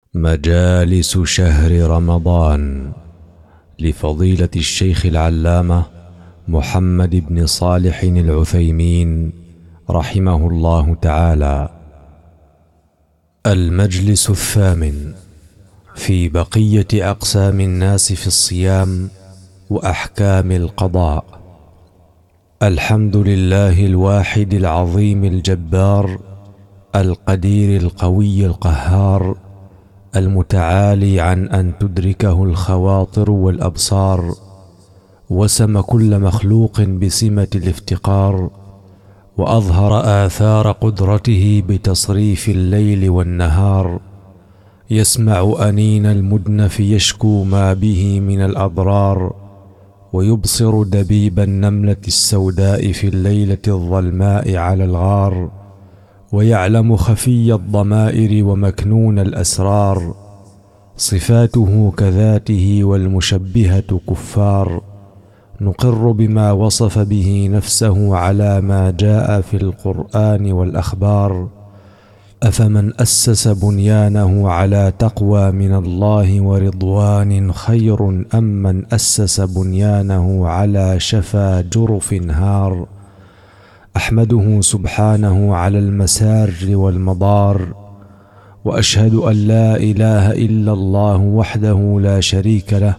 مجالس شهر رمضان لفضيلة الشيخ العلامة محمد بن صالح العثيمين رحمه الله تعالى. المجلس الثامن في بقية أقسام الناس في الصيام وأحكام القضاء. الحمد لله الواحد العظيم الجبار القدير القوي القهار، المتعالي عن أن تدركه الخواطر والأبصار، وسم كل مخلوق بسمة الافتقار، وأظهر آثار قدرته بتصريف الليل والنهار، يسمع أنين المدنف يشكو ما به من الأضرار، ويبصر دبيب النملة السوداء في الليلة الظلماء على الغار، ويعلم خفي الضمائر ومكنون الأسرار. صفاته كذاته والمشبهة كفار، نقر بما وصف به نفسه على ما جاء في القرآن والأخبار. أفمن أسس بنيانه على تقوى من الله ورضوان خير أم من أسس بنيانه على شفا جرف هار. أحمده سبحانه على المسار والمضار، وأشهد أن لا إله إلا الله وحده لا شريك له،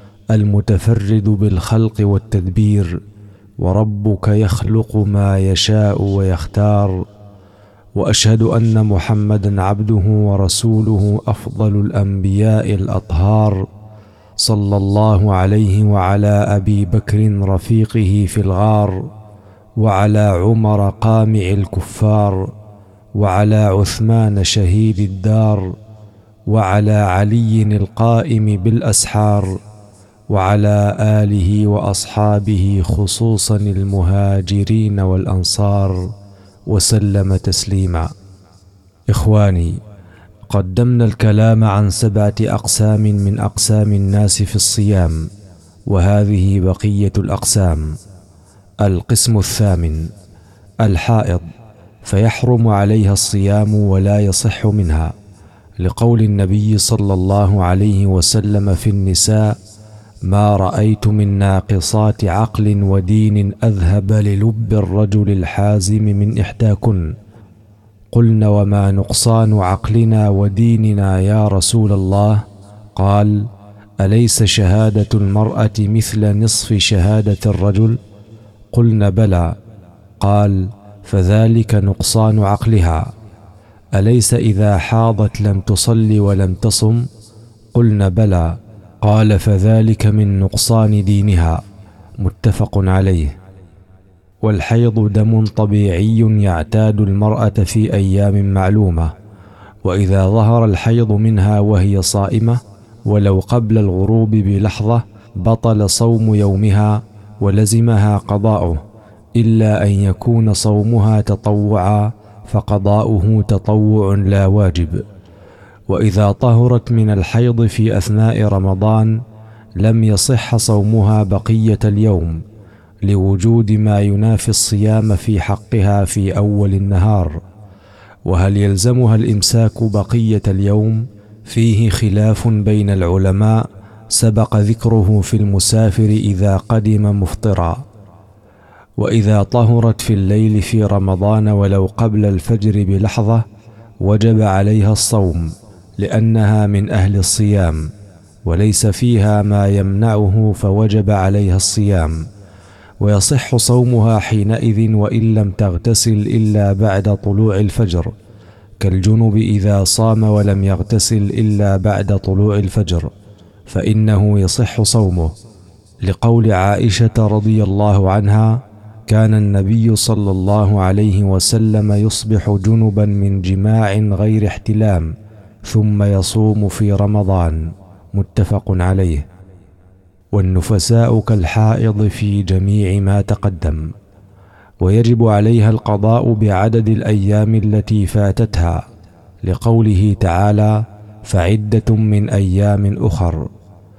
المتفرد بالخلق والتدبير، وربك يخلق ما يشاء ويختار. وأشهد أن محمدا عبده ورسوله أفضل الأنبياء الأطهار، صلى الله عليه وعلى أبي بكر رفيقه في الغار، وعلى عمر قامع الكفار، وعلى عثمان شهيد الدار، وعلى علي القائم بالأسحار، وعلى آله وأصحابه خصوصا المهاجرين والأنصار، وسلم تسليما. إخواني، قدمنا الكلام عن 7 أقسام من أقسام الناس في الصيام، وهذه بقية الأقسام. القسم الثامن: الحائض، فيحرم عليها الصيام ولا يصح منها، لقول النبي صلى الله عليه وسلم في النساء: ما رأيت من ناقصات عقل ودين أذهب للب الرجل الحازم من إحداكن. قلنا: وما نقصان عقلنا وديننا يا رسول الله؟ قال: أليس شهادة المرأة مثل نصف شهادة الرجل؟ قلنا: بلى. قال: فذلك نقصان عقلها. أليس إذا حاضت لم تصل ولم تصم؟ قلنا: بلى. قال: فذلك من نقصان دينها. متفق عليه. والحيض دم طبيعي يعتاد المرأة في أيام معلومة، وإذا ظهر الحيض منها وهي صائمة ولو قبل الغروب بلحظة بطل صوم يومها ولزمها قضاؤه، إلا أن يكون صومها تطوعا فقضاؤه تطوع لا واجب. وإذا طهرت من الحيض في أثناء رمضان لم يصح صومها بقية اليوم، لوجود ما ينافي الصيام في حقها في أول النهار. وهل يلزمها الإمساك بقية اليوم؟ فيه خلاف بين العلماء سبق ذكره في المسافر إذا قدم مفطرا. وإذا طهرت في الليل في رمضان ولو قبل الفجر بلحظة وجب عليها الصوم، لأنها من أهل الصيام وليس فيها ما يمنعه، فوجب عليها الصيام، ويصح صومها حينئذ وإن لم تغتسل إلا بعد طلوع الفجر، كالجنب إذا صام ولم يغتسل إلا بعد طلوع الفجر فإنه يصح صومه، لقول عائشة رضي الله عنها: كان النبي صلى الله عليه وسلم يصبح جنبا من جماع غير احتلام ثم يصوم في رمضان. متفق عليه. والنفساء كالحائض في جميع ما تقدم، ويجب عليها القضاء بعدد الأيام التي فاتتها، لقوله تعالى: فعدة من أيام أخر.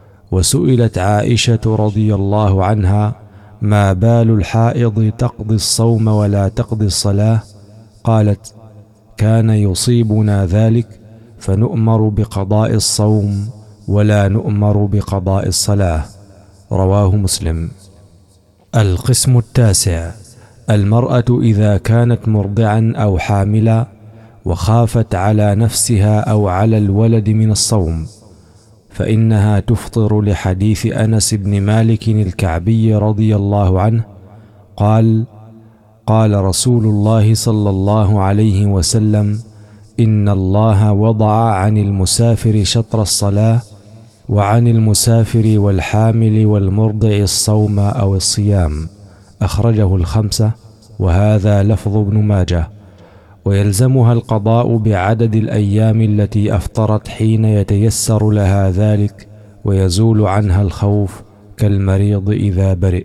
وسئلت عائشة رضي الله عنها: ما بال الحائض تقضي الصوم ولا تقضي الصلاة؟ قالت: كان يصيبنا ذلك فنؤمر بقضاء الصوم ولا نؤمر بقضاء الصلاة. رواه مسلم. القسم التاسع: المرأة إذا كانت مرضعا أو حاملا وخافت على نفسها أو على الولد من الصوم، فإنها تفطر لحديث أنس بن مالك الكعبي رضي الله عنه قال: قال رسول الله صلى الله عليه وسلم: إن الله وضع عن المسافر شطر الصلاة، وعن المسافر والحامل والمرضع الصوم أو الصيام. أخرجه الخمسة، وهذا لفظ ابن ماجه. ويلزمها القضاء بعدد الأيام التي أفطرت حين يتيسر لها ذلك ويزول عنها الخوف، كالمريض إذا برئ.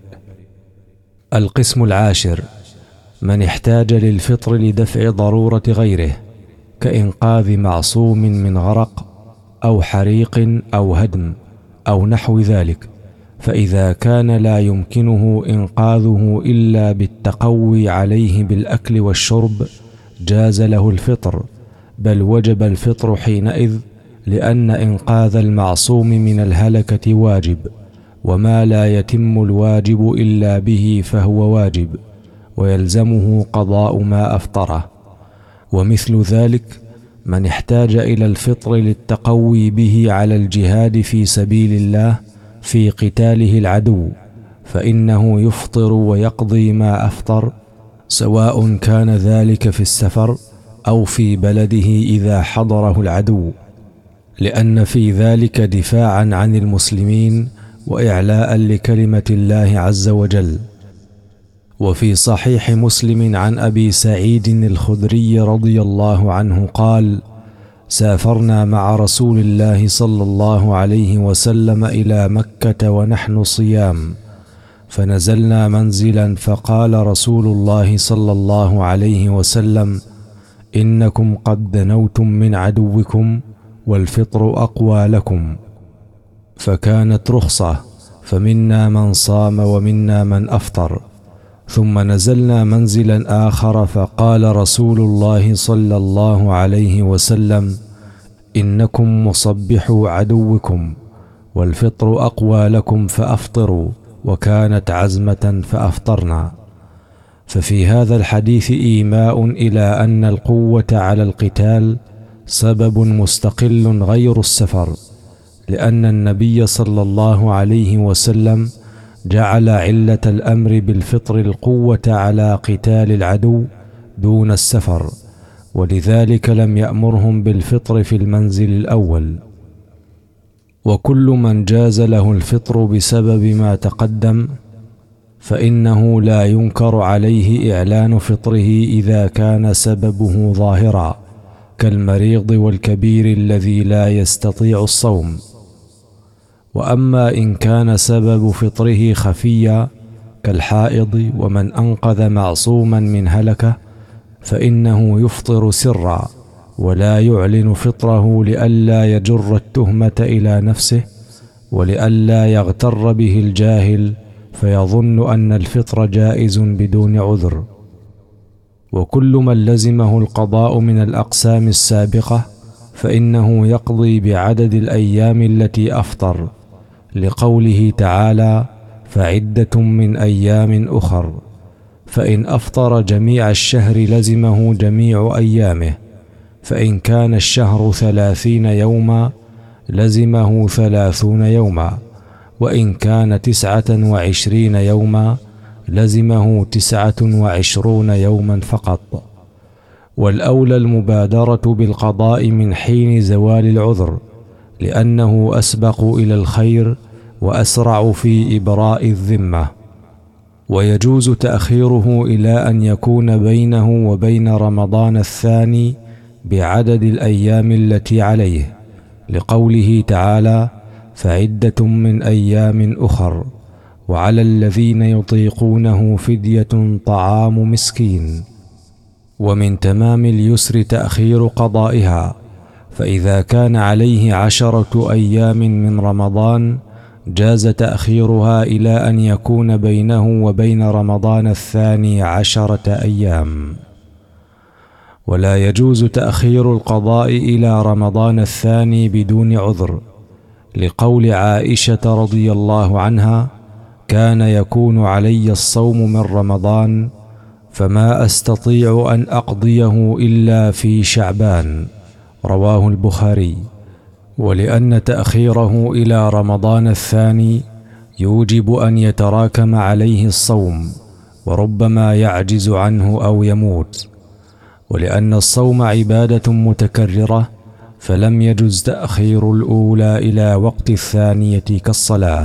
القسم العاشر: من احتاج للفطر لدفع ضرورة غيره، كإنقاذ معصوم من غرق أو حريق أو هدم أو نحو ذلك، فإذا كان لا يمكنه إنقاذه إلا بالتقوي عليه بالأكل والشرب جاز له الفطر، بل وجب الفطر حينئذ، لأن إنقاذ المعصوم من الهلكة واجب، وما لا يتم الواجب إلا به فهو واجب، ويلزمه قضاء ما أفطره. ومثل ذلك من احتاج إلى الفطر للتقوي به على الجهاد في سبيل الله في قتاله العدو، فإنه يفطر ويقضي ما أفطر، سواء كان ذلك في السفر أو في بلده إذا حضره العدو، لأن في ذلك دفاعا عن المسلمين وإعلاء لكلمة الله عز وجل. وفي صحيح مسلم عن أبي سعيد الخدري رضي الله عنه قال: سافرنا مع رسول الله صلى الله عليه وسلم إلى مكة ونحن صيام، فنزلنا منزلا، فقال رسول الله صلى الله عليه وسلم: إنكم قد دنوتم من عدوكم والفطر أقوى لكم. فكانت رخصة، فمنا من صام ومنا من أفطر. ثم نزلنا منزلا آخر، فقال رسول الله صلى الله عليه وسلم: إنكم مصبحوا عدوكم والفطر أقوى لكم فأفطروا، وكانت عزمة فأفطرنا. ففي هذا الحديث إيماء إلى أن القوة على القتال سبب مستقل غير السفر، لأن النبي صلى الله عليه وسلم جعل علة الأمر بالفطر القوة على قتال العدو دون السفر، ولذلك لم يأمرهم بالفطر في المنزل الأول. وكل من جاز له الفطر بسبب ما تقدم فإنه لا ينكر عليه إعلان فطره إذا كان سببه ظاهرا، كالمريض والكبير الذي لا يستطيع الصوم. وأما إن كان سبب فطره خفيا كالحائض ومن أنقذ معصوما من هلكة، فإنه يفطر سرا ولا يعلن فطره، لئلا يجر التهمة إلى نفسه، ولئلا يغتر به الجاهل فيظن أن الفطر جائز بدون عذر. وكل من لزمه القضاء من الأقسام السابقة فإنه يقضي بعدد الأيام التي أفطر، لقوله تعالى: فعدة من أيام أخر. فإن أفطر جميع الشهر لزمه جميع أيامه، فإن كان الشهر 30 يوما لزمه 30 يوما، وإن كان 29 يوما لزمه 29 يوما فقط. والأولى المبادرة بالقضاء من حين زوال العذر، لأنه أسبق إلى الخير وأسرع في إبراء الذمة. ويجوز تأخيره إلى أن يكون بينه وبين رمضان الثاني بعدد الأيام التي عليه، لقوله تعالى: فعدة من أيام أخر. وعلى الذين يطيقونه فدية طعام مسكين. ومن تمام اليسر تأخير قضائها، فإذا كان عليه 10 أيام من رمضان جاز تأخيرها إلى أن يكون بينه وبين رمضان الثاني 10 أيام. ولا يجوز تأخير القضاء إلى رمضان الثاني بدون عذر، لقول عائشة رضي الله عنها: كان يكون علي الصوم من رمضان فما أستطيع أن أقضيه إلا في شعبان، رواه البخاري. ولأن تأخيره إلى رمضان الثاني يوجب أن يتراكم عليه الصوم، وربما يعجز عنه أو يموت. ولأن الصوم عبادة متكررة، فلم يجز تأخير الأولى إلى وقت الثانية كالصلاة.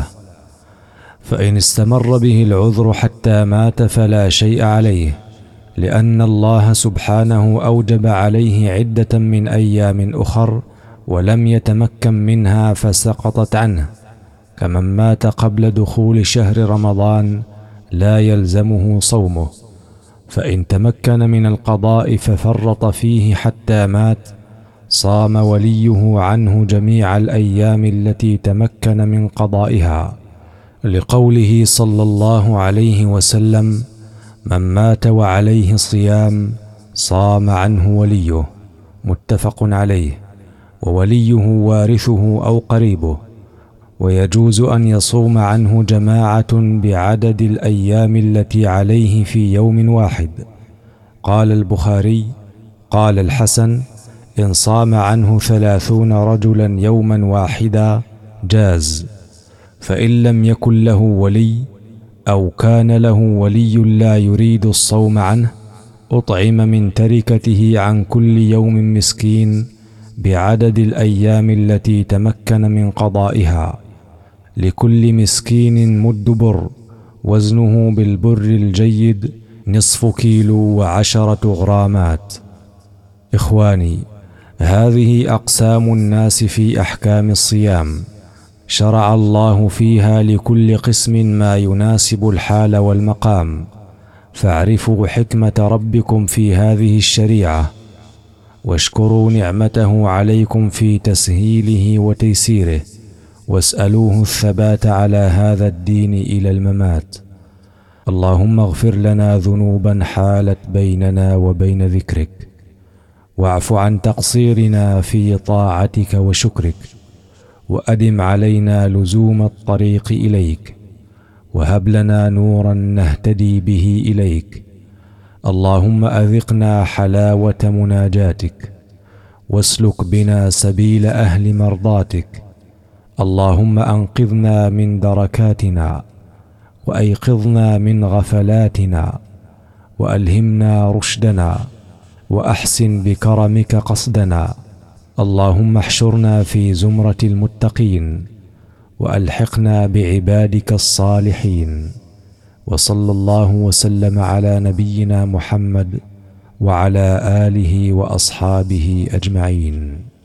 فإن استمر به العذر حتى مات فلا شيء عليه، لأن الله سبحانه أوجب عليه عدة من أيام أخر ولم يتمكن منها فسقطت عنه، كمن مات قبل دخول شهر رمضان لا يلزمه صومه. فإن تمكن من القضاء ففرط فيه حتى مات، صام وليه عنه جميع الأيام التي تمكن من قضائها، لقوله صلى الله عليه وسلم: من مات وعليه صيام صام عنه وليه، متفق عليه. ووليه وارثه أو قريبه، ويجوز أن يصوم عنه جماعة بعدد الأيام التي عليه في يوم واحد. قال البخاري: قال الحسن: إن صام عنه 30 رجلا يوما واحدا جاز. فإن لم يكن له ولي أو كان له ولي لا يريد الصوم عنه، أطعم من تركته عن كل يوم مسكين بعدد الأيام التي تمكن من قضائها، لكل مسكين مد بر، وزنه بالبر الجيد 0.5 كيلو و10 غرامات. إخواني، هذه أقسام الناس في أحكام الصيام، شرع الله فيها لكل قسم ما يناسب الحال والمقام، فاعرفوا حكمة ربكم في هذه الشريعة، واشكروا نعمته عليكم في تسهيله وتيسيره، واسألوه الثبات على هذا الدين إلى الممات. اللهم اغفر لنا ذنوبا حالت بيننا وبين ذكرك، واعف عن تقصيرنا في طاعتك وشكرك، وأدم علينا لزوم الطريق إليك، وهب لنا نورا نهتدي به إليك. اللهم أذقنا حلاوة مناجاتك، واسلك بنا سبيل أهل مرضاتك. اللهم أنقذنا من دركاتنا، وأيقظنا من غفلاتنا، وألهمنا رشدنا، وأحسن بكرمك قصدنا. اللهم احشرنا في زمرة المتقين، وألحقنا بعبادك الصالحين. وصلى الله وسلم على نبينا محمد وعلى آله وأصحابه أجمعين.